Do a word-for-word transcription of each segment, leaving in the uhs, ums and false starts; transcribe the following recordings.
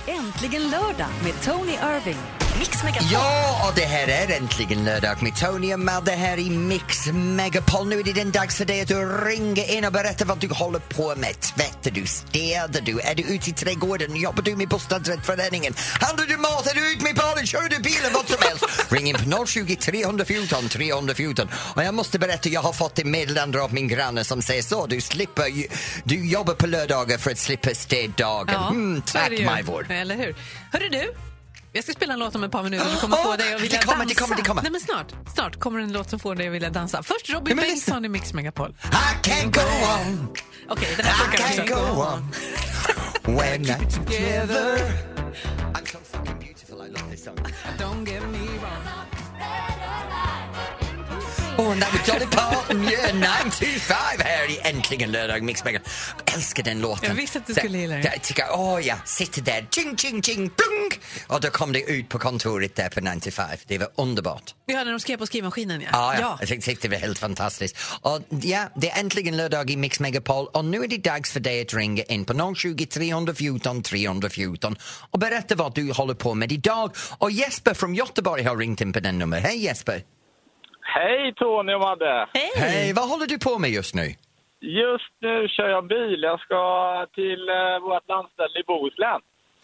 Äntligen lördag med Tony Irving. Mix Megapol. Ja, och det här är äntligen lördag med Tony och Madde här i Mix Megapol. Nu är det den dags för dig att du ringer in och berättar vad du håller på med. Tvättar du, städar du, är du ute i trädgården, jobbar du med bostadsrättsföreningen, handlar du mat, är du ute med barnen, kör du bilen, vad som helst. Ring in på noll tjugo, tre fjorton, tre fjorton. Och jag måste berätta, jag har fått en meddelande av min granne som säger så, du slipper, du jobbar på lördagar för att slippa städdagen. Ja, mm, tack Majvor. Eller hur? Hörru du? Jag ska spela en låt om ett par minuter som kommer oh, få dig att vilja det kommer, dansa. Det kommer, det kommer. Nej, men snart, snart kommer en låt som får dig att vilja dansa. Först Robin ja, Bengtsson i Mix Megapol. I can't go on. Okej, okay, den här funkar också. I can't go on. When I'm together. I'm so fucking beautiful, I love this song. Don't get me wrong. Oh, and that was Dolly Parton, yeah, nine two five här i Äntligen lördag Mix Megapol. Jag älskar den låten. Jag visste att du skulle gilla den. Jag tycker, åh ja, sitter där, ching, ching, ching, plunk. Och då kom det ut på kontoret där på nio till fem. Det var underbart. Ja, när de skrev på skrivmaskinen, ja. Ah, ja, ja. jag tyckte det var helt fantastiskt. Och ja, det är Äntligen lördag i Mix Megapol. Och nu är det dags för dig att ringa in på noll tjugo, tre fjorton, tre fjorton och berätta vad du håller på med idag. Och Jesper från Göteborg har ringt in på den nummer. Hej Jesper. Hej Tony och Madde. Hej. Hej, vad håller du på med just nu? Just nu kör jag bil. Jag ska till eh, vårt landställe i Bohuslän.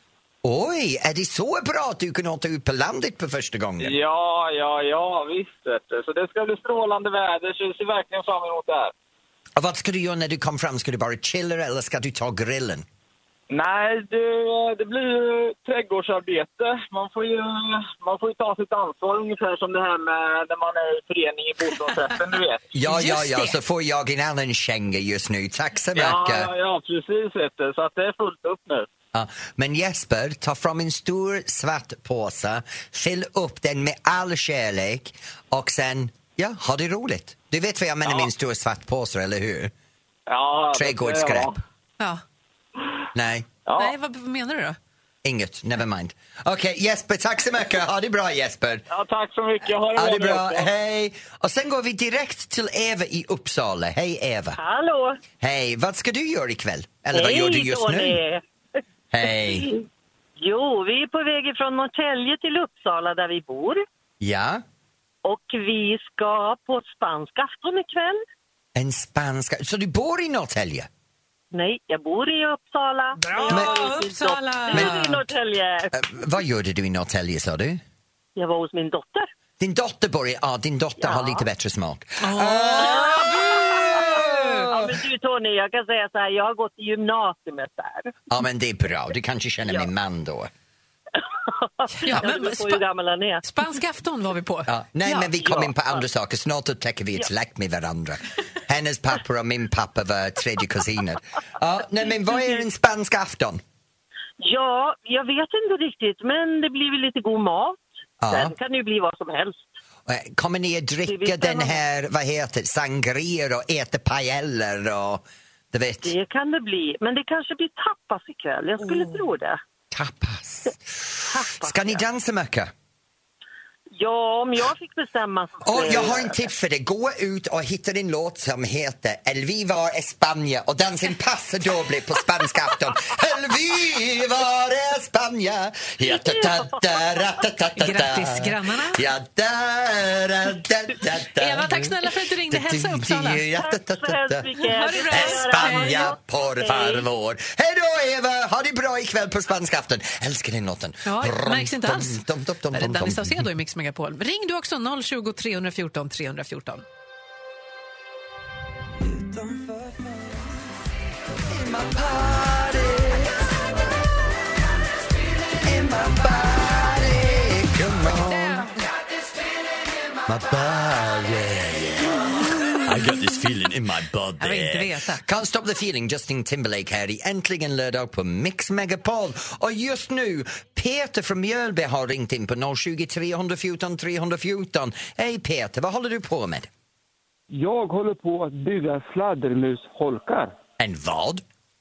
Oj, är det så bra att du kan åka ut på landet på första gången? Ja, ja, ja, visst vet du. Så det ska bli strålande väder, så jag ser verkligen fram emot det här. Och vad ska du göra när du kommer fram? Ska du bara chilla eller ska du ta grillen? Nej, det, det blir ju trädgårdsarbete. Man får ju, man får ju ta sitt ansvar ungefär som det här med när man är i förening i bostadsrätten, du vet. Ja, ja, Just ja, det. så får jag en annan känga just nu. Tack så mycket. Ja, ja, ja, precis vet du. Så att det är fullt upp nu. Ja, men Jesper, ta fram en stor svart påse, fyll upp den med all kärlek och sen, ja, ha det roligt. Du vet vad jag menar Ja. med en stor svart påse, eller hur? Ja, Trädgårdsskräp. Ja. Ja. Nej, Ja. Nej, vad menar du då? inget, never mind. Okej, okay, Jesper, tack så mycket. Ha det bra, Jesper. Ja, tack så mycket. Ha det, Ha det bra. bra, nu också. hej. Och sen går vi direkt till Eva i Uppsala. Hej Eva. Hallå! Hej, vad ska du göra ikväll? Eller vad gör du just Tony. nu? Hej. Jo, vi är på väg från Norrtälje till Uppsala där vi bor. Ja, Och vi ska på spansk afton ikväll. en spanska. Så du bor i Norrtälje? Nej, jag bor i Uppsala. Bra, Men- Uppsala! Du är i Norrtälje. Uh, vad gjorde du i Norrtälje, sa du? Jag var hos min dotter. Din dotter bor i... Ja, din dotter Ja. har lite bättre smak. Ja, men du Tony, jag kan säga så här, jag har gått i gymnasiet där. Ja, men det är bra. Du kanske känner Ja. min man då. Ja, men- men, men på spa- hur gammal han är. Spansk afton var vi på. Ja. Nej, Ja. men vi kom Ja. in på andra saker. Snart upptäcker vi ett släkt med varandra. Hennes pappa och min pappa var tredje kusiner. Ja, nej, men vad är en spansk afton? Ja, jag vet inte riktigt, men det blir väl lite god mat. Ja. Sen kan det ju bli vad som helst. Eh, Kommer ni att Det dricka blir den spännande. här, vad heter det, sangria och äta paeller och... Du vet, Det kan det bli. Men det kanske blir tapas ikväll. Jag skulle tro det. tapas. Tapas, Ska ni ja. dansa mycket? Ja, om jag fick bestämma... så- Och jag har en tips för dig. Gå ut och hitta en låt som heter El Vivar España och dansen passar doble på spansk afton. El Vivar España. Ja, ta, ta, ta, ra, ta, ta, ta, ta. Grattis, grannarna. Ja, da, ra, da, da, da. Eva, tack snälla för att du ringde. Hälsa Uppsala. Ja, ta, ta, Tack så ta, ta. hemskt mycket. Ha det bra. España, por Hej. favor. Hej då, Eva! Ha det bra ikväll på spansk afton. Älskar den låten. Ja, märks inte alls. Dum, dum, dum, Där är dum, Danny dum. Saucedo i Mix Megapol. Ring du också noll tjugo, tre fjorton, tre fjorton. In my body, in my body, come on. My body, I got this feeling in my body. Jag vill inte veta. Can't stop the feeling, Justin Timberlake här i Äntligen lördag på Mix Megapol. Och just nu, Peter från Mjölby har ringt in på noll tjugo, tre fjorton, tre fjorton. Hej Peter, vad håller du på med? Jag håller på att bygga fladdermusholkar. En vad?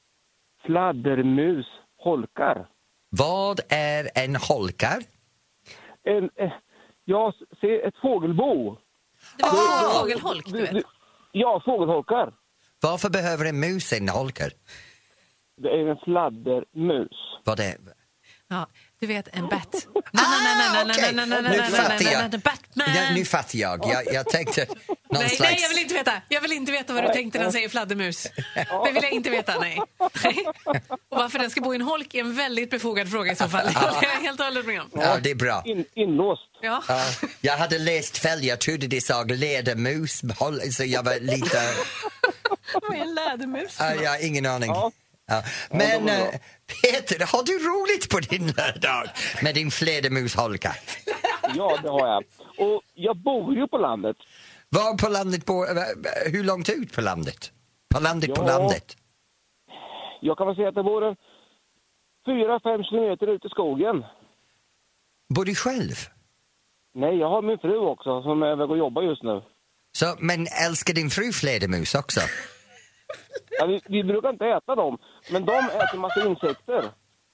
Fladdermusholkar. Vad är en holkar? En, eh, jag ser ett fågelbo. Det var Ah! fågelholk, du vet. Ja, fågelholkar. Varför behöver en mus en holkar? Det är en fladdermus. Vad är... Ja, du vet, en bat. Nej, nej, nej, nej, nej, nej, nej, Nu nej, fattar nej, jag. nej, Batman. Ja, nu fattar jag. Jag, jag tänkte någon Nej, slags... nej, jag vill inte veta. Jag vill inte veta vad du tänkte när han säger fladdermus. Det vill jag inte veta, nej. nej. Och varför den ska bo i en holk är en väldigt befogad fråga i så fall. Jag är helt och hållet med om. Ja, det är bra. In, inlåst. Ja. Ja, jag hade läst fel. Jag trodde det sa lädermus. Håll- Så jag var lite... Vad är en lädermus? Ja, jag har ingen aning. Ja. Ja. Ja, Men det var bra. eh, Peter, har du roligt på din lördag med din flädermusholka? Ja, det har jag. Och jag bor ju på landet. Var på landet? På, eh, hur långt ut på landet? På landet på Ja. landet? Jag kan väl säga att det bor en fyra, fem kilometer ut i skogen. Bor du själv? Nej, jag har min fru också som är väg och jobbar just nu. Så, men älskar din fru flädermus också? Ja, vi, vi brukar inte äta dem, men de äter massa insekter.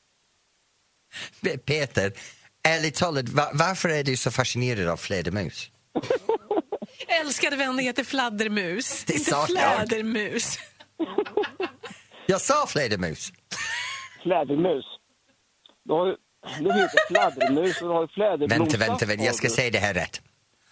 Peter, ärligt talat, va- varför är du så fascinerad av flädermus? Älskade vän heter fladdermus. Det inte sa jag. flädermus. Jag sa flädermus. Flädermus. Du har ju, det heter fladdermus och du har ju fläderblosa. Vänta, vänta, vänta, jag ska säga det här rätt.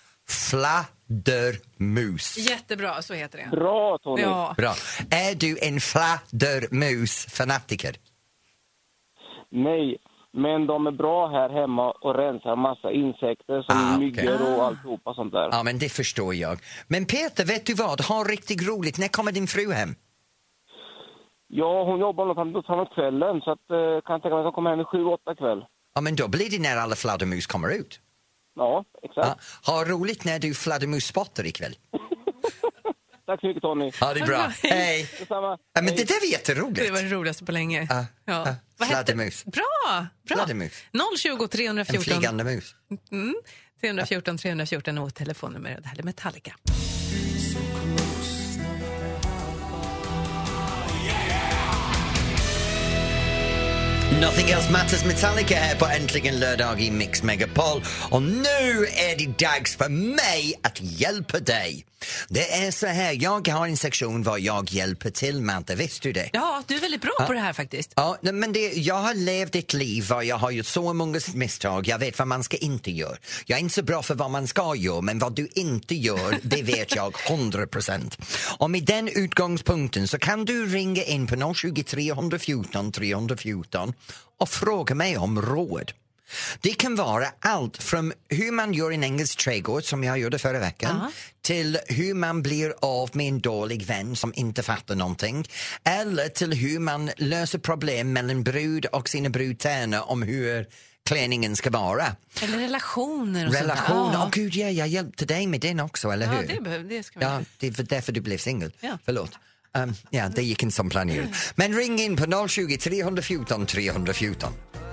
Fladdermus. Jättebra, så heter det. Bra, Tony. Ja. Bra. Är du en fladdermus-fanatiker? Nej, men de är bra här hemma och rensar massa insekter som Ah, okej. myggor och alltihopa sånt där. Ja, men det förstår jag. Men Peter, vet du vad? Ha riktigt roligt. När kommer din fru hem? Ja, hon jobbar nog fram framåt kvällen så att, eh, kan jag tänka mig att hon kommer hem vid sju, åtta kväll. Ja, men då blir det när alla fladdermus kommer ut. Ja, exakt. Ja. Ha roligt när du fladdermus-spottar ikväll. Tack så mycket, Tony. Ha det bra. Hej. Hej. Detsamma. Ja, men Hej. det där var jätteroligt. Det var det roligaste på länge. Ja, Ja. ja. Vad hette- Fladdermus. Bra, bra. Fladdermus. noll tjugo, tre En fjorton flygande mus. Mm. tre fjorton, tre fjorton och telefonnummer. Det här är Metallica. Nothing else matters, Metallica här på Äntligen lördag i Mix Megapol. Och nu är det dags för mig att hjälpa dig. Det är så här, jag har en sektion var jag hjälper till, Mante, visste du det? Ja, du är väldigt bra på det här faktiskt. Ja, men det, jag har levt ett liv var jag har gjort så många misstag. Jag vet vad man ska inte göra. Jag är inte så bra för vad man ska göra, men vad du inte gör, det vet jag hundra procent. Och med den utgångspunkten så kan du ringa in på noll tjugo, tre fjorton, tre fjorton och fråga mig om råd. Det kan vara allt från hur man gör en engelsk trädgård som jag gjorde förra veckan Ja. till hur man blir av med en dålig vän som inte fattar någonting eller till hur man löser problem mellan brud och sina brudtärnor om hur klänningen ska vara. Eller relationer och Relation, sånt. åh gud ja, jag hjälpte dig med den också, eller Ja, hur? det, behöv, det ska vi Ja, göra. det var därför du blev singel. Ja. Förlåt. Um, ja, det gick inte som planerat. Men ring in på noll tjugo, tre fjorton, tre fjorton.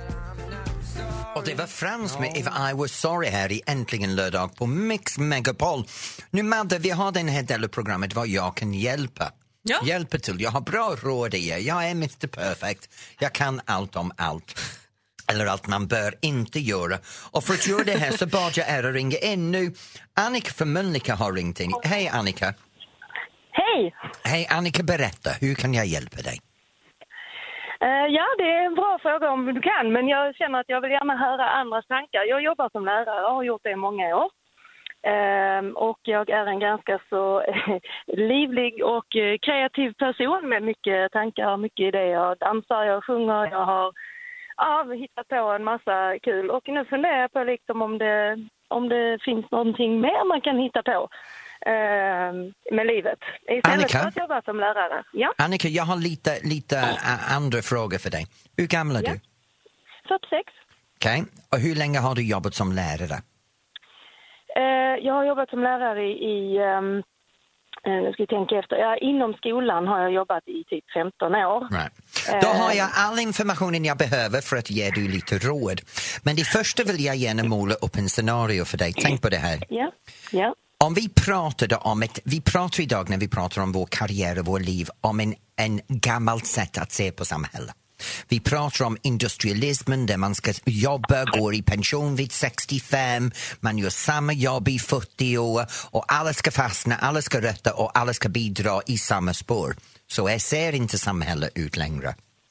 Och det var Frans med If I Was Sorry här i Äntligen lördag på Mix Megapol. Nu Madde, vi har den här delen av programmet vad jag kan hjälpa. Ja. Hjälpa till. Jag har bra råd i er. Jag är mister Perfect. Jag kan allt om allt. Eller allt man bör inte göra. Och för att göra det här så bad jag er att ringa in nu. Annika från Mölnlycke har ringt in. Hej Annika. Hej! Hej Annika, berätta. Hur kan jag hjälpa dig? Eh, ja, det är en bra fråga om du kan, men jag känner att jag vill gärna höra andras tankar. Jag jobbar som lärare och har gjort det i många år. Ehm, och jag är en ganska så livlig och eh, kreativ person med mycket tankar, mycket idéer. Jag dansar, jag sjunger, jag har ja, hittat på en massa kul. Och nu funderar jag på liksom om det, om det finns någonting mer man kan hitta på ehm, med livet. Istället Annika? för att jobba som lärare. Ja, Annika, jag har lite, lite ä, andra frågor för dig. Hur gammal är Ja. du? fyrtiosex. Okej. Och hur länge har du jobbat som lärare? Eh, jag har jobbat som lärare i, i um, nu ska jag tänka efter, ja, inom skolan har jag jobbat i typ femton år. Right. Då har jag all informationen jag behöver för att ge dig lite råd. Men det första vill jag gärna måla upp en scenario för dig. Tänk på det här. Ja, ja. Om vi pratade om ett, vi pratar idag när vi pratar om vår karriär och vår liv om en, en gammalt sätt att se på samhället. Vi pratar om industrialismen där man ska jobba, går i pension vid sextiofem, man gör samma jobb i fyrtio år och alla ska fastna, alla ska rötta och alla ska bidra i samma spår. Så jag ser inte samhället ut längre.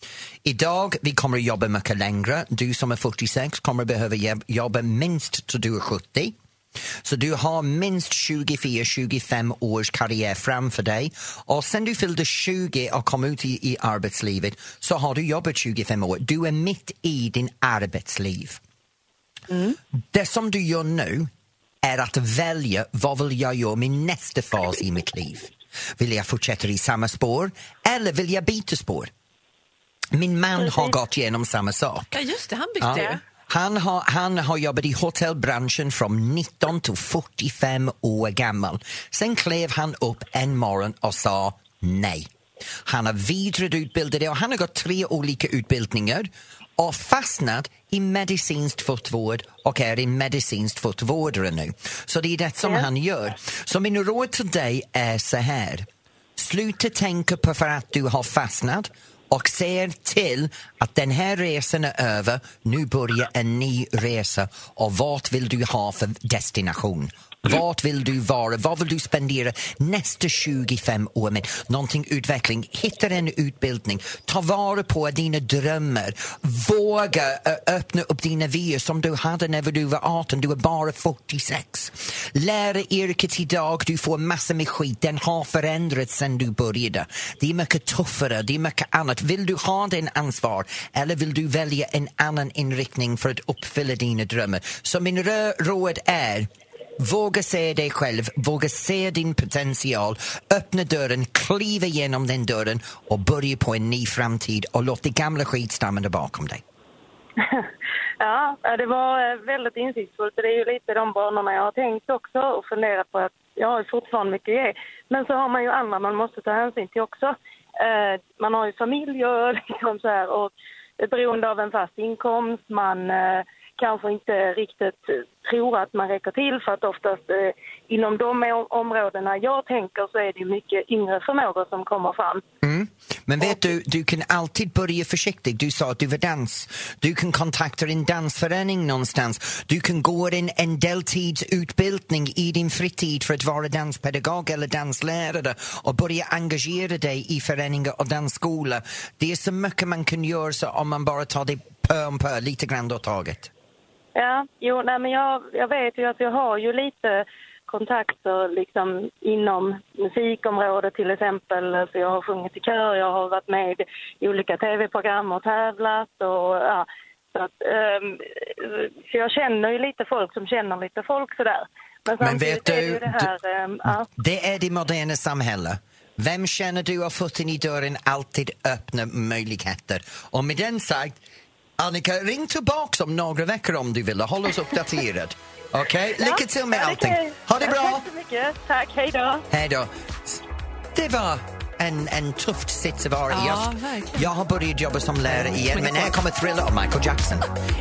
Idag vi kommer att jobba mycket längre. Du som är fyrtiosex kommer att behöva jobba minst till du är sjuttio. Så du har minst tjugofyra till tjugofem års karriär framför dig. Och sen du fyllde tjugo och kom ut i, i arbetslivet så har du jobbat tjugofem år. Du är mitt i din arbetsliv. Mm. Det som du gör nu är att välja vad vill jag göra min nästa fas i mitt liv. Vill jag fortsätta i samma spår eller vill jag byta spår? Min man har gått igenom samma sak. Ja just det, han bytte ja. Han har, han har jobbat i hotellbranschen från nitton till fyrtiofem år gammal. Sen klev han upp en morgon och sa nej. Han har vidareutbildat och han har gått tre olika utbildningar och fastnat i medicinskt fotvård och är en medicinskt fotvårdare nu. Så det är det som ja. han gör. Så min råd till dig är så här. Sluta tänka på för att du har fastnat och ser till att den här resan är över. Nu börjar en ny resa. Och vad vill du ha för destination? Vart vill du vara? Vad vill du spendera nästa tjugofem år med? Någonting utveckling. Hitta en utbildning. Ta vara på dina drömmar. Våga öppna upp dina vyer som du hade när du var arton. Du är bara fyrtiosex. Lära yrket idag. Du får massor med skit. Den har förändrats sedan du började. Det är mycket tuffare. Det är mycket annat. Vill du ha den ansvar? Eller vill du välja en annan inriktning för att uppfylla dina drömmar? Så min råd är: våga se dig själv, våga se din potential, öppna dörren, kliva igenom den dörren och börja på en ny framtid och låt det gamla skitstammen bakom dig. Ja, det var väldigt insiktsfullt. Det är ju lite de banorna jag har tänkt också och funderat på att jag har fortfarande mycket att ge. Men så har man ju andra man måste ta hänsyn till också. Man har ju familj och liksom så här, och beroende av en fast inkomst, man kanske inte riktigt tror att man räcker till för att oftast eh, inom de områdena jag tänker så är det mycket yngre förmågor som kommer fram. Mm. Men vet du, du kan alltid börja försiktigt. Du sa att du var dans. Du kan kontakta en dansförening någonstans. Du kan gå en, en deltidsutbildning i din fritid för att vara danspedagog eller danslärare och börja engagera dig i föreningar och dansskola. Det är så mycket man kan göra så om man bara tar det pö om pö, lite grann då taget. Ja, jo, nej, men jag, jag vet ju att jag har ju lite kontakter liksom inom musikområdet till exempel. Så jag har sjungit i kör, jag har varit med i olika tv-program och tävlat. Och, ja, så, att, um, så jag känner ju lite folk som känner lite folk sådär. Men, men vet du, är det, det, här, du um, ja. det är det moderna samhället. Vem känner du har foten i dörren alltid öppna möjligheter? Och med den sagt, Annika, ring tillbaka om några veckor om du vill och håll oss uppdaterad. Okej? Okay? Lycka till med ja, allting. Okay. Ha det bra! Tack så mycket. Tack, hej då! Hej då! Det var en, en tufft sits att vara i. Ja, jag, jag har börjat jobba som lärare igen, men här kommer Thriller av Michael Jackson.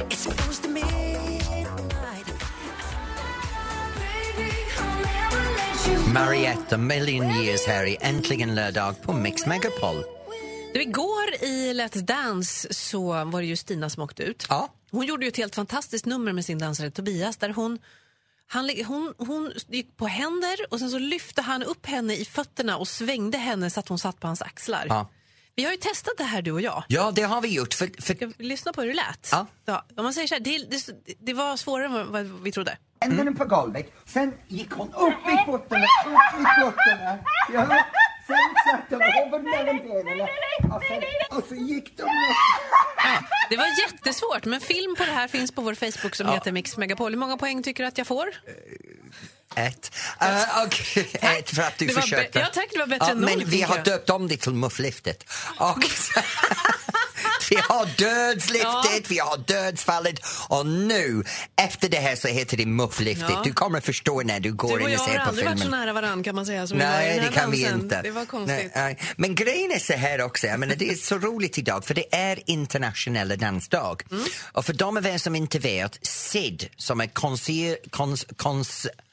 Mariette, A Million Years här i Äntligen lördag på Mix Megapol. Du, igår i Let's Dance så var det ju Stina som åkte ut. Ja. Hon gjorde ju ett helt fantastiskt nummer med sin dansare Tobias där hon, han, hon, hon gick på händer och sen så lyfte han upp henne i fötterna och svängde henne så att hon satt på hans axlar. Ja. Vi har ju testat det här, du och jag. Ja, det har vi gjort. För, för... Ska vi lyssna på hur det lät? Ja. Ja, om man säger så här, det, det, det var svårare än vad vi trodde. Händerna på golvet, sen gick hon upp i fötterna, upp i fötterna. Ja. Sen satt de över mellan benen och, sen, och så gick de upp. Ja, det var jättesvårt, men film på det här finns på vår Facebook som ja. heter Mix Megapol. Hur många poäng tycker du att jag får? Ett. Uh, okay. Ett för att du det försökte. Ja, tack, det var bättre ja, än noll. Men vi har döpt om det till muffliftet. Och vi har dödsliftet, ja. vi har dödsfallet och nu, efter det här så heter det muffliftet. Ja. Du kommer förstå när du går in och ser på filmen. Du och jag har aldrig varit så nära varann kan man säga som nej, vi var i det kan dansen. vi inte. Det var konstigt. Nej, nej. Men grejen är så här också, jag menar, det är så roligt idag för det är internationella dansdag. Mm. Och för de av er som inte vet, S I D som är konser, kons, kons,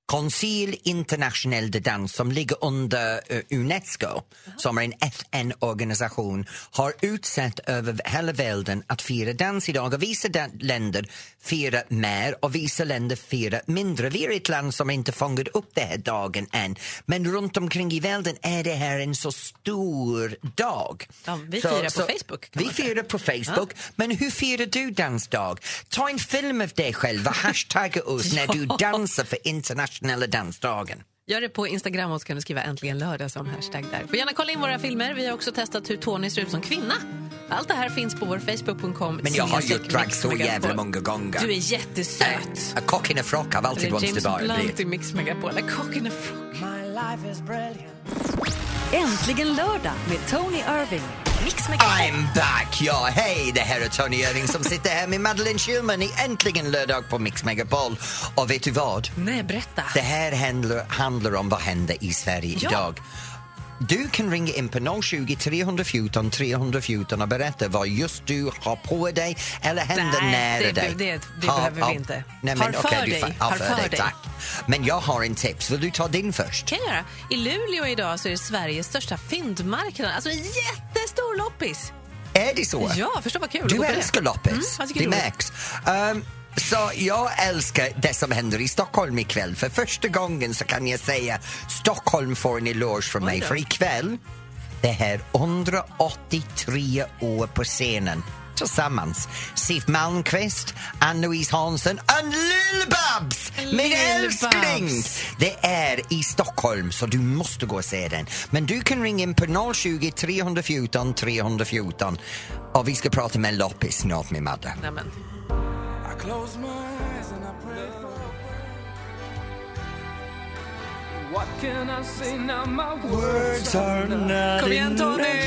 Konsil International de Dans som ligger under uh, UNESCO, uh-huh. som är en F N-organisation, har utsett över hela världen att fira dans idag, och vissa da- länder firar mer och vissa länder firar mindre. Vi är ett land som inte fångat upp den här dagen än, men runt omkring i världen är det här en så stor dag. Ja, vi så, firar så, på Facebook. Vi firar på Facebook, ja. Men hur firar du dansdag? Ta en film av dig själv och hashtagga oss när du dansar för internationella dansdagen. Gör det på Instagram och så kan du skriva äntligen lördag som hashtag där. Får gärna kolla in våra filmer. Vi har också testat hur Tony ser ut som kvinna. Allt det här finns på vår facebook punkt com. Men jag har gjort drag så jävla många gånger. Du är jättesöt. A cock in a frock har alltid varit det bara. James Blunt i Mix Megapol. A cock in a frock. My life is brilliant. Äntligen lördag med Tony Irving. Mix Megapol. I'm back, ja, hej, det här är Tony Irving som sitter här med Madeleine Schillman i Äntligen lördag på Mix Megapol. Och vet du vad? Nej, berätta. Det här handlar, handlar om vad händer i Sverige ja. idag. Du kan ringa in på noll tjugo, tre fjorton, tre fjorton och berätta vad just du har på dig eller händer nej, nära det, dig. Det, det, det ha, behöver ha, vi inte. Nej, men, har för okay, dig. Du, ha, har för, för dig, dig. tack. Men jag har en tips. Vill du ta din först? Kan jag göra. I Luleå idag så är det Sveriges största fyndmarknad. Alltså en jättestor loppis. Är det så? Ja, förstå vad kul. Du älskar loppis. Mm, det märks. Um, Så jag älskar det som händer i Stockholm ikväll. För första gången så kan jag säga Stockholm får en eloge från mig. För ikväll, det här hundraåttiotre år på scenen tillsammans. Siw Malmkvist, Ann-Louise Hansson och Lill-Babs, min älskling. Det är i Stockholm så du måste gå och se den. Men du kan ringa in på noll tjugo, tre fjorton, tre fjorton och vi ska prata med loppis snart med Madde. Nämen. Close my eyes and I pray for what can I say now my words are not Kom igen Tony.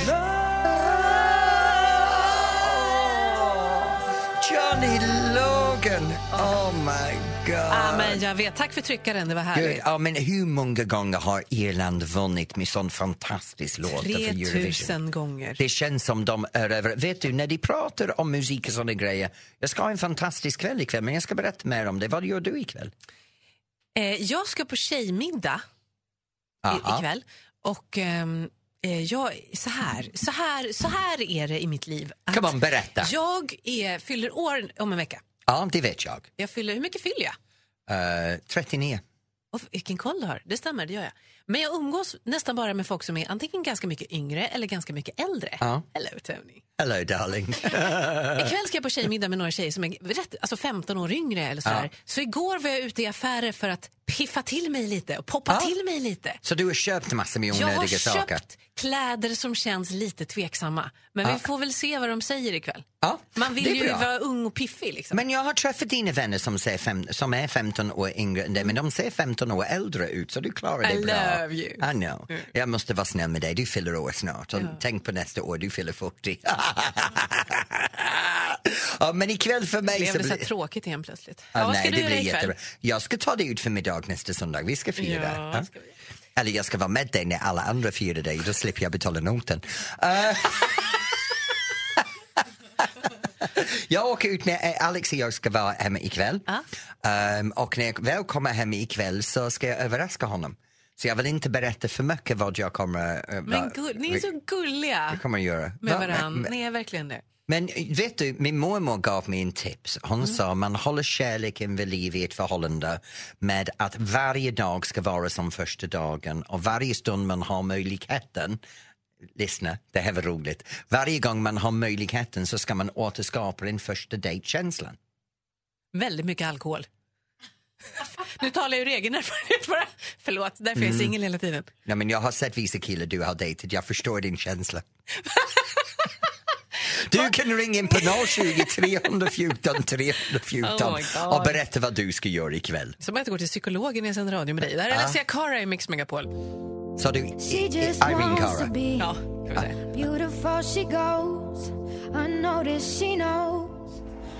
Johnny Logan. Oh my god. Ah, men jag vet, tack för tryckaren, det var härligt. Gud, ja, men hur många gånger har Irland vunnit med sån fantastisk låt för Eurovision? tre tusen gånger. Det känns som de är över. Vet du, när de pratar om musik och sådana grejer, jag ska ha en fantastisk kväll ikväll, men jag ska berätta mer om det. Vad gör du ikväll? Eh, jag ska på tjejmiddag i, ikväll och ehm, eh, jag, så här, så här, så här är det i mitt liv. Kan man berätta? Jag är, fyller år om en vecka. Ja, det vet jag. Jag fyller, hur mycket fyller jag? Uh, trettionio. Och vilken koll du har, det stämmer, det gör jag. Men jag umgås nästan bara med folk som är antingen ganska mycket yngre eller ganska mycket äldre. Ja. Hello Tony. Hello darling. Ikväll ska jag på tjejmiddag med några tjejer som är rätt, alltså femton år yngre eller sådär. Ja. Så igår var jag ute i affärer för att piffa till mig lite och poppa ja. till mig lite. Så du har köpt massor med onödiga saker? Jag har köpt kläder som känns lite tveksamma. Men ja. vi får väl se vad de säger ikväll. Ja, man vill ju vara ung och piffig liksom. Men jag har träffat dina vänner som, ser fem, som är femton år yngre än dig, men de ser femton år äldre ut, så du klarar det I bra. I love you. I know. Mm. Jag måste vara snäll med dig, du fyller år snart. Ja. Tänk på nästa år, du fyller fyrtio. Ja, men ikväll för mig blev så det så blir... tråkigt igen plötsligt. Ja, ja, vad nej, ska du det göra blir ikväll? jättebra. Jag ska ta dig ut för middag nästa söndag. Vi ska fira ja, där. Ja? Ska vi... Eller jag ska vara med dig när alla andra firar dig. Då slipper jag betala noten. Uh... Jag åker ut när Alex och jag ska vara hemma ikväll. Uh. Um, och när jag väl kommer hem ikväll så ska jag överraska honom. Så jag vill inte berätta för mycket vad jag kommer... Uh, men gull, ni är så gulliga jag kommer göra. med Va? varandra. Men, ni är verkligen det. Men vet du, min mormor gav mig en tips. Hon mm. sa man håller kärleken vid liv i ett förhållande med att varje dag ska vara som första dagen. Och varje stund man har möjligheten, lyssna, det här var roligt. Varje gång man har möjligheten så ska man återskapa den första dejtkänslan. Väldigt mycket alkohol. Nu talar jag ur egen erfarenhet bara. Förlåt, därför är jag singel hela tiden. Nej, men jag har sett vissa killar du har dejtat. Jag förstår din känsla. Du kan ringa in på noll tjugo, tre fjorton, tre fjorton oh och berätta vad du ska göra ikväll. Så man inte går till psykologen när jag sänder radio med dig. Där är Alessia Cara i Mix Megapol. Så du, Irene Cara. Ja, kan vi säga. Beautiful she goes, unnoticed she knows.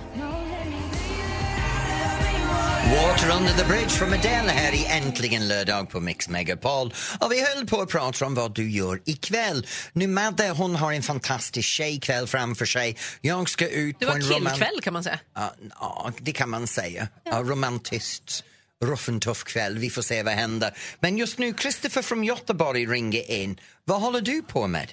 Water under the bridge från Adele här i Äntligen lördag på Mix Megapol. Och vi höll på att prata om vad du gör ikväll. Nu Madde, hon har en fantastisk tjejkväll framför sig. Jag ska ut det på var en killkväll roman- kan man säga. Ja, ja, det kan man säga. Ja. Ja, romantiskt rough and tough kväll. Vi får se vad händer. Men just nu, Christopher från Göteborg ringer in. Vad håller du på med?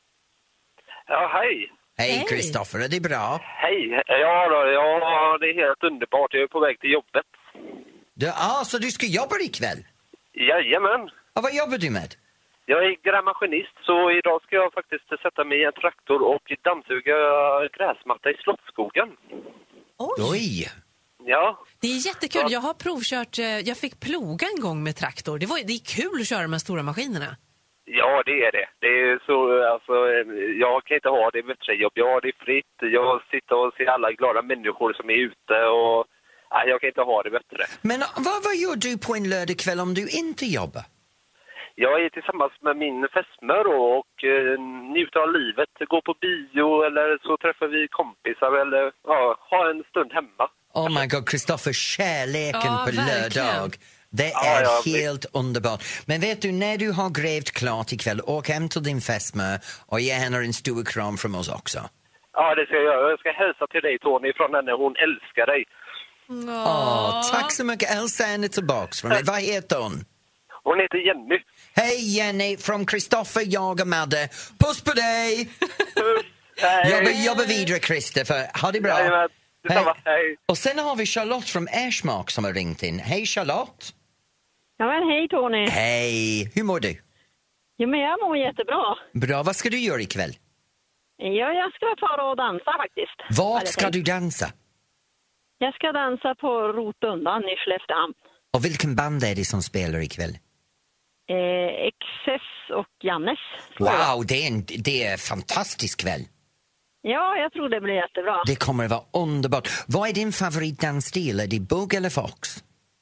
Ja, hej. Hej Christopher, är det bra? Hej. Ja, då, ja, det är helt underbart. Jag är på väg till jobbet. Du, ah, så du ska jobba ikväll? Jajamän. Och vad jobbar du med? Jag är grävmaskinist, så idag ska jag faktiskt sätta mig i en traktor och dammsuga gräsmatta i Slottsskogen. Oj! Oj. Ja. Det är jättekul. Jag har provkört, jag fick ploga en gång med traktor. Det, var, det är kul att köra med stora maskinerna. Ja, det är det. Det är så, alltså, jag kan inte ha det bättre jobb. Ja, det är fritt. Jag sitter och ser alla glada människor som är ute och nej, jag kan inte ha det bättre. Men vad, vad gör du på en lördagkväll om du inte jobbar? Jag är tillsammans med min fästmö och eh, njuter av livet. Går på bio eller så träffar vi kompisar eller ja, har en stund hemma. Oh my god, Christopher, kärleken Ja, på verkligen. lördag. Det Ja, är ja, helt underbart. Men vet du, när du har grävt klart ikväll, åk hem till din fästmö och ge henne en stor kram från oss också. Ja, det ska jag göra. Jag ska hälsa till dig, Tony, från henne. Hon älskar dig. Åh, oh, tack så mycket. Elsa är tillbaks från dig. Vad heter hon? Hon heter Jenny. Hej Jenny, från Christopher, jag och Madde. Puss på dig! Hej. Jobba, jobba vidare, Christopher. Ha det bra. Jajamän. Detsamma. Hej. Och sen har vi Charlotte från Ersmark som har ringt in. Hej Charlotte. Ja, men hej Tony. Hej, hur mår du? Ja, men jag mår jättebra. Bra, vad ska du göra ikväll? Ja, jag ska fara och dansa faktiskt. Vart ska du dansa? Jag ska dansa på Rotundan i Skelleftehamn. Och vilken band är det som spelar ikväll? Eh, Excess och Jannes. Wow, det är en det är en fantastisk kväll. Ja, jag tror det blir jättebra. Det kommer att vara underbart. Vad är din favoritdansstil? Är det bugg eller fox?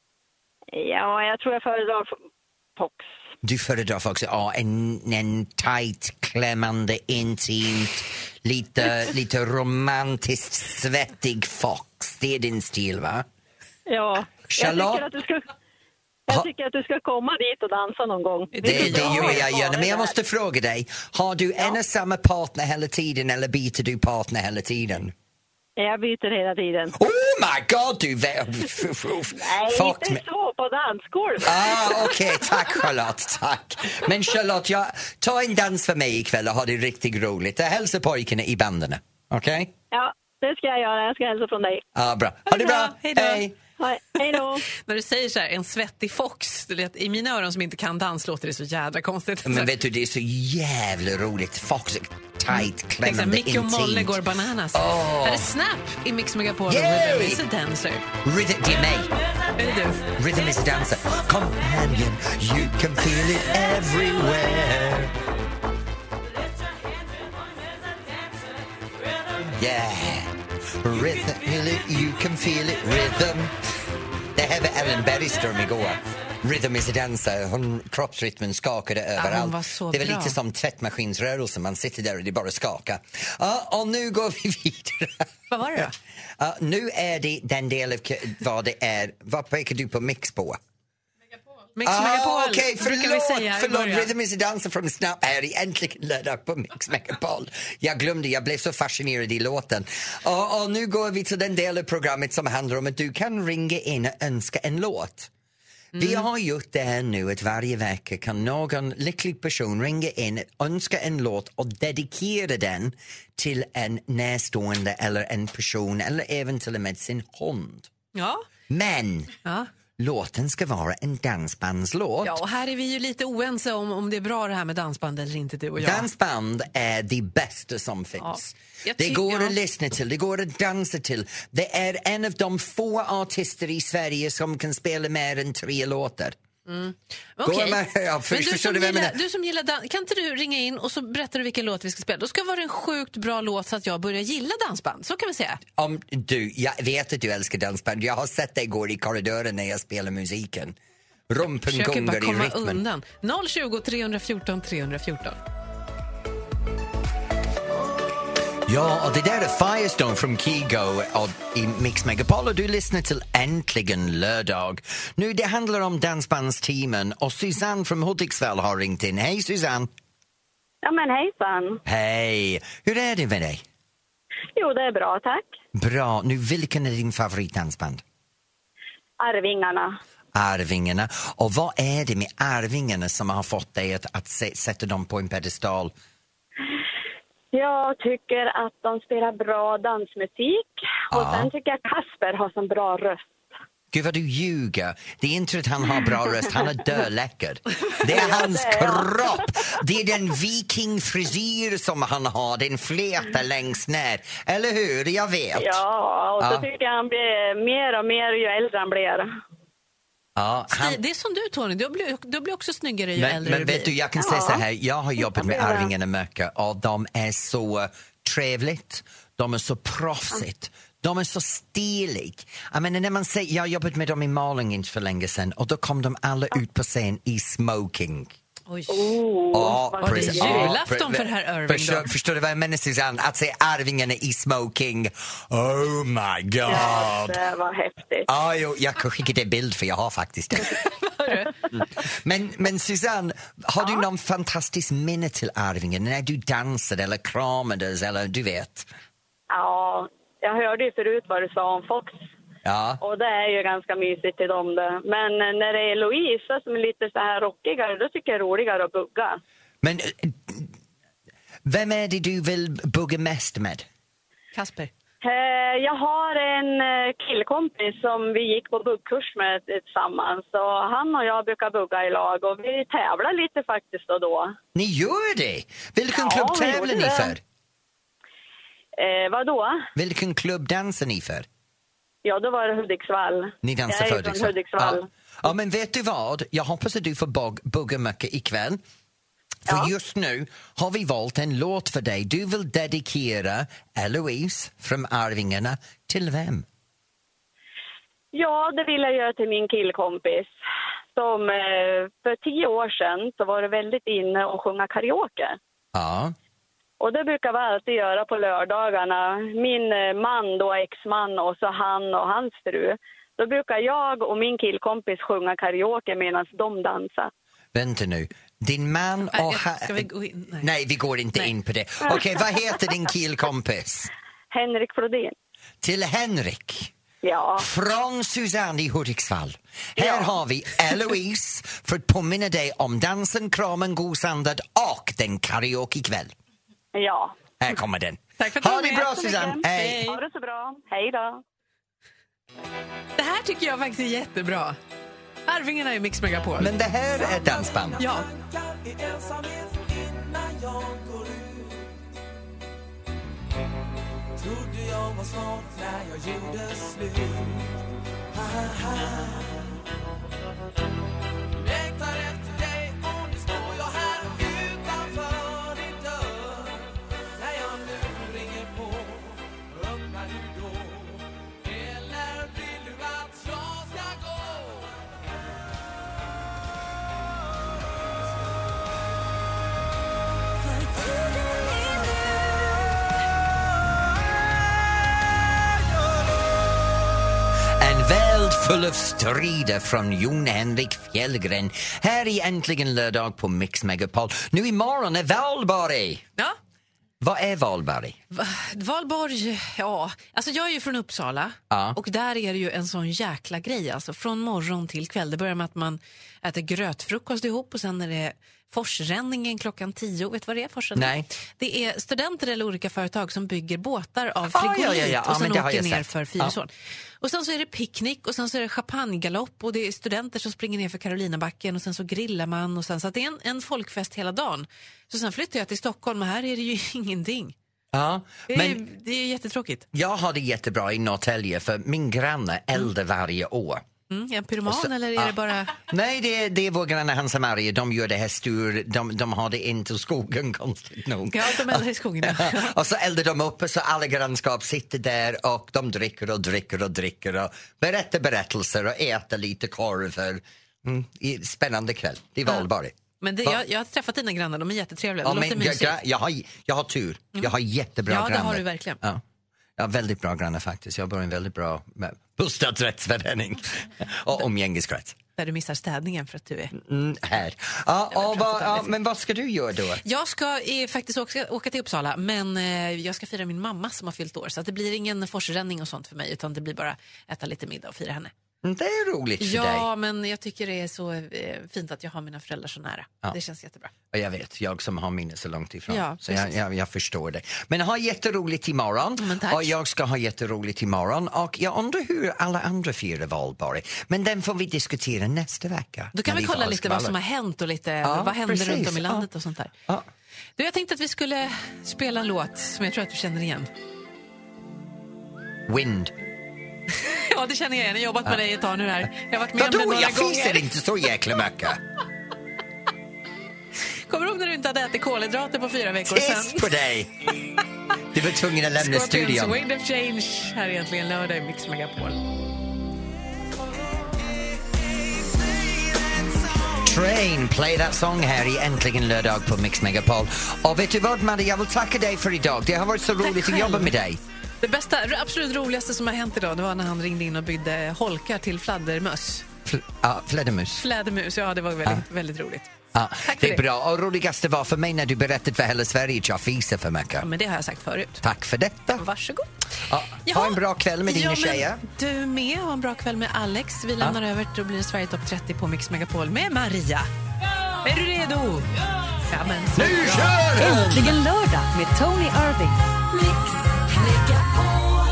Ja, jag tror jag föredrar fox. Du föredrar fox, ja, en, en tight, klämmande, intimt, lite, lite romantiskt svettig fox. Det är din stil, va? Ja, Charlotte? jag tycker att du ska... Jag tycker att du ska komma dit och dansa någon gång. Det, det, det gör jag gärna, men jag måste fråga dig. Har du ja. en och samma partner hela tiden eller byter du partner hela tiden? Jag byter hela tiden. Oh my god, du... Nej, Fuck inte me. så på dansgolvet. Ah, okej, okay. Tack Charlotte, tack. Men Charlotte, jag, ta en dans för mig ikväll och ha det riktigt roligt. Jag hälsar pojkarna i banderna, okej? Okay? Ja, det ska jag göra. Jag ska hälsa från dig. Ja, ah, bra. Ha det bra. Hej då. Hej. Hej då. När du säger så här, en svettig fox, i mina öron som inte kan dans låter det så jädra konstigt. Men vet du, det är så jävla roligt. Fox, tight, klämmande, intimt. Micke och Molle går bananas. Oh. Här är Snap i Mix Megapol. Yay! Rhythm is a dancer. Rhythm, det är mig. Är det du? Rhythm is a dancer. Companion, you can feel it everywhere. Yeah. Rhythm, you can feel it, rhythm. Det här var Ellen Bergström igår. Rhythm is a dancer. Hon, kroppsrytmen skakade överallt. Ja, så det var bra. lite som tvättmaskinsrörelse. Man sitter där och det bara skakar. Ja, och nu går vi vidare. Vad var det då? Ja, nu är det den del av vad det är. Vad pekar du på mix på? Mix ah, Megapol. Okej, okay, förlåt, säga förlåt. Rhythm is a dancer from Snap här i äntligen lördag på Mix Megapol. Jag glömde, jag blev så fascinerad i låten. Och, och nu går vi till den del av programmet som handlar om att du kan ringa in och önska en låt. Mm. Vi har gjort det här nu att varje vecka kan någon lycklig person ringa in, önska en låt och dedikera den till en närstående eller en person eller även till och med sin hund. Ja. Men... Ja. Låten ska vara en dansbandslåt. Ja, och här är vi ju lite oense om om det är bra det här med dansband eller inte, du och jag. Dansband är det bästa som finns. Ja, det går ja. att lyssna till, det går att dansa till. Det är en av de få artister i Sverige som kan spela mer än tre låtar. Mm. Okej, okay. Ja, men du som, du, gillar, du som gillar dans, kan inte du ringa in och så berättar du vilken låt vi ska spela? Då ska det vara en sjukt bra låt så att jag börjar gilla dansband, så kan vi säga. Om du, jag vet att du älskar dansband. Jag har sett dig gå i korridoren när jag spelar musiken. Rumpen gungar i rytmen. Försöker bara komma undan. noll tjugo, tre fjorton, tre fjorton. Ja, och det där är Firestone från Kygo och i Mix Megapol och du lyssnar till Äntligen lördag. Nu det handlar om dansbandsteamen och Susanne från Hudiksvall har ringt in. Hej Susanne! Ja men hejsan! Hej! Hur är det med dig? Jo, det är bra, tack. Bra. Nu, vilken är din favoritdansband? Arvingarna. Arvingarna. Och vad är det med Arvingarna som har fått dig att, att se, sätta dem på en pedestal? Jag tycker att de spelar bra dansmusik. Och Ja. sen tycker jag Kasper har sån bra röst. Gud vad du ljuger. Det är inte att han har bra röst, han är döläcker. Det är hans kropp. Det är den vikingfrisyr som han har, den flätar längst ner. Eller hur? Jag vet. Ja, och så Ja. tycker jag han blir mer och mer ju äldre han blir. Ja, han... Det är som du, Tony. Du blir, du blir också snyggare ju Men, äldre men du vet blir. du, jag kan Ja. säga så här. Jag har jobbat med Jag vet. Arvingarna mycket och de är så trevligt. De är så proffsigt. De är så stilig. Jag menar, när man säger, jag har jobbat med dem i Malung inte för länge sedan och då kom de alla ut på scen i smoking. Oj. Oh, Ja, vad Var det precis. julafton Ja, för herr Irving förstår, då? förstår du vad jag menar, Susanne? Att se Arvingarna i smoking. Oh my god! Ja, det var häftigt. Ah, jo, jag kan skicka dig bild för jag har faktiskt det. Mm. Men, men Susanne, har du någon fantastisk minne till Arvingarna när du dansade eller kramades eller du vet? Ja, jag hörde ju förut vad du sa om Fox. Ja. Och det är ju ganska mysigt till dem det. Men när det är Louisa som är lite så här rockigare, då tycker jag det är roligare att bugga. Men eh, vem är det du vill bugga mest med? Kasper. Eh, Jag har en eh, killkompis som vi gick på buggkurs med tillsammans. Så han och jag brukar bugga i lag och vi tävlar lite faktiskt och då. Ni gör det? Vilken Ja, klubb vi tävlar gjorde ni det. för? Eh, vad då? Vilken klubb dansar ni för? Ja, då var det Hudiksvall. Ni dansar jag för är från Hudiksvall. Hudiksvall. Ja. Ja, men vet du vad? Jag hoppas att du får bug- bugga mycket ikväll. För Ja. just nu har vi valt en låt för dig. Du vill dedikera Eloise från Arvingarna till vem? Ja, det vill jag göra till min killkompis. Som eh, för tio år sedan så var det väldigt inne att sjunga karaoke. Ja. Och det brukar vi alltid göra på lördagarna. Min eh, man då, exman och så han och hans fru. Då brukar jag och min killkompis sjunga karaoke medan de dansar. Vänta nu. Din man Äh, och... jag- ha- ska vi gå in? Nej. Nej, vi går inte Nej. in på det. Okej, vad heter din killkompis? Henrik Flodin. Till Henrik. Ja. Från Susanne i Hudiksvall. Här Ja. har vi Eloise för att påminna dig om dansen, kramen, gosandet och den karaoke-kväll. Ja. Här kommer den. Tack för att du Ha var det med. bra, Tack så Susanne. mycket. Hej. Ha det så bra. Hej då. Det här tycker jag faktiskt är jättebra. Arvingarna är Mix Megapol. Men det här är dansband. Ja. Trodde jag var smart när jag gjorde slut. Längtar efter dig och nu står jag här utanför din dörr. När jag nu ringer på, öppnar du då? Eller vill du att jag ska gå? En värld full av strider från Jon Henrik Fjällgren. Här är äntligen lördag på Mix Megapol. Nu imorgon är Valborg. Ja. Vad är Valborg? Va- Valborg, ja. Alltså jag är ju från Uppsala Ja. och där är det ju en sån jäkla grej. Alltså från morgon till kväll. Det börjar med att man äter grötfrukost ihop och sen är det forsränningen klockan tio. Vet du vad det är? Forsränning? Nej. Det är studenter eller olika företag som bygger båtar av Ah, frigolit ja, ja, ja. Ja, och sen men det har åker jag ner sett. för Fyrisån. Och sen så är det picknick och sen så är det champagnegalopp och det är studenter som springer ner för Karolinabacken och sen så grillar man och sen så att det är en, en folkfest hela dagen. Så sen flyttar jag till Stockholm och här är det ju ingenting. Ja, Det är, men det är jättetråkigt. jag har det jättebra i Norrtälje för min granne eldar varje år. Mm, är en pyroman Och så- eller är ja. det bara... Nej, det är, det är vår granne Hans och Marie. De gör det här stor, de, de har det inte i skogen konstigt nog. Ja, de eldar i skogen. Ja. Och så eldar de upp så alla grannskap sitter där och de dricker och dricker och dricker och berättar berättelser och äter lite korv. Mm, i- spännande kväll. Det är valborg. Men det, Va? jag, jag har träffat dina grannar, de är jättetrevliga. Det Ja, låter men jag, mysigt. jag, jag, har, jag har tur. Jag har jättebra Ja, grannar. det har du verkligen. Ja. Jag har väldigt bra grannar faktiskt. Jag bor i en väldigt bra med- bostadsrättsförening och umgängeskrets. Där du missar städningen för att du är... Mm, här. Ja, Jag och pratar vad, om ja, det. men vad ska du göra då? Jag ska eh, faktiskt åka, åka till Uppsala, men eh, jag ska fira min mamma som har fyllt år. Så att det blir ingen forsränning och sånt för mig, utan det blir bara äta lite middag och fira henne. Det är roligt för ja, dig. Ja, men jag tycker det är så eh, fint att jag har mina föräldrar så nära. Ja. Det känns jättebra. Och jag vet, jag som har minne så långt ifrån. Ja, så jag, jag, jag förstår det. Men ha jätteroligt imorgon. Men tack. Och jag ska ha jätteroligt imorgon. Och jag undrar hur alla andra firar valborg. Men den får vi diskutera nästa vecka. Då kan vi, vi kolla lite vad som har hänt och lite ja, vad händer precis. runt om i landet ja. och sånt där. Ja. Du, jag tänkte att vi skulle spela en låt som jag tror att du känner igen. Wind. Ja, det känner jag igen. Jag har jobbat med ja. dig ett tag nu här. Jag har varit med Vadå? om det några jag gånger. Jag fiser inte så jäkla mycket. Kommer du ihåg när du inte hade ätit kolhydrater på fyra veckor sedan? Tyst på dig! Du var tvungen att lämna studion. Scorpions, Wind of Change. Här är egentligen lördag i Mix Megapol. Train, play that song här i Äntligen lördag på Mix Megapol. Och vet du vad, Madde, jag vill tacka dig för idag. Det har varit så roligt att jobba med dig. Det bästa, absolut roligaste som har hänt idag, det var när han ringde in och byggde holkar till fladdermöss. Fl- ja, flädermus. Flädermus, ja, det var väldigt, ja. väldigt roligt. Ja, det är det. Bra. Och roligaste var för mig när du berättade för hela Sverige att jag fiser för mycket. Ja, men det har jag sagt förut. Tack för detta. Varsågod. Ja, ha en bra kväll med dina ja, tjejer. Du med, ha en bra kväll med Alex. Vi lämnar ja. över, då blir det Sverige topp trettio på Mix Megapol med Maria. Ja. Är du redo? Ja, men nu kör vi! Äntligen lördag med Tony Irving. Mix Megapol.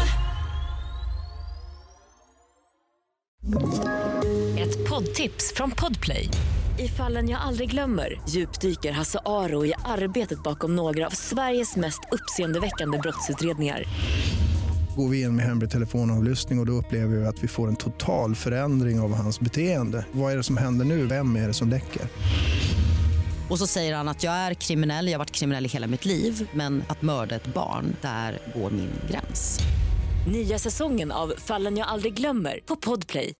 Ett poddtips från Podplay. I Fallen jag aldrig glömmer djupdyker Hasse Aro i arbetet bakom några av Sveriges mest uppseendeväckande brottsutredningar. Går vi in med hemlig telefonavlyssning och, och då upplever vi att vi får en total förändring av hans beteende. Vad är det som händer nu? Vem är det som läcker? Och så säger han att jag är kriminell, jag har varit kriminell i hela mitt liv, men att mörda ett barn, där går min gräns. Nya säsongen av Fallen jag aldrig glömmer på Podplay.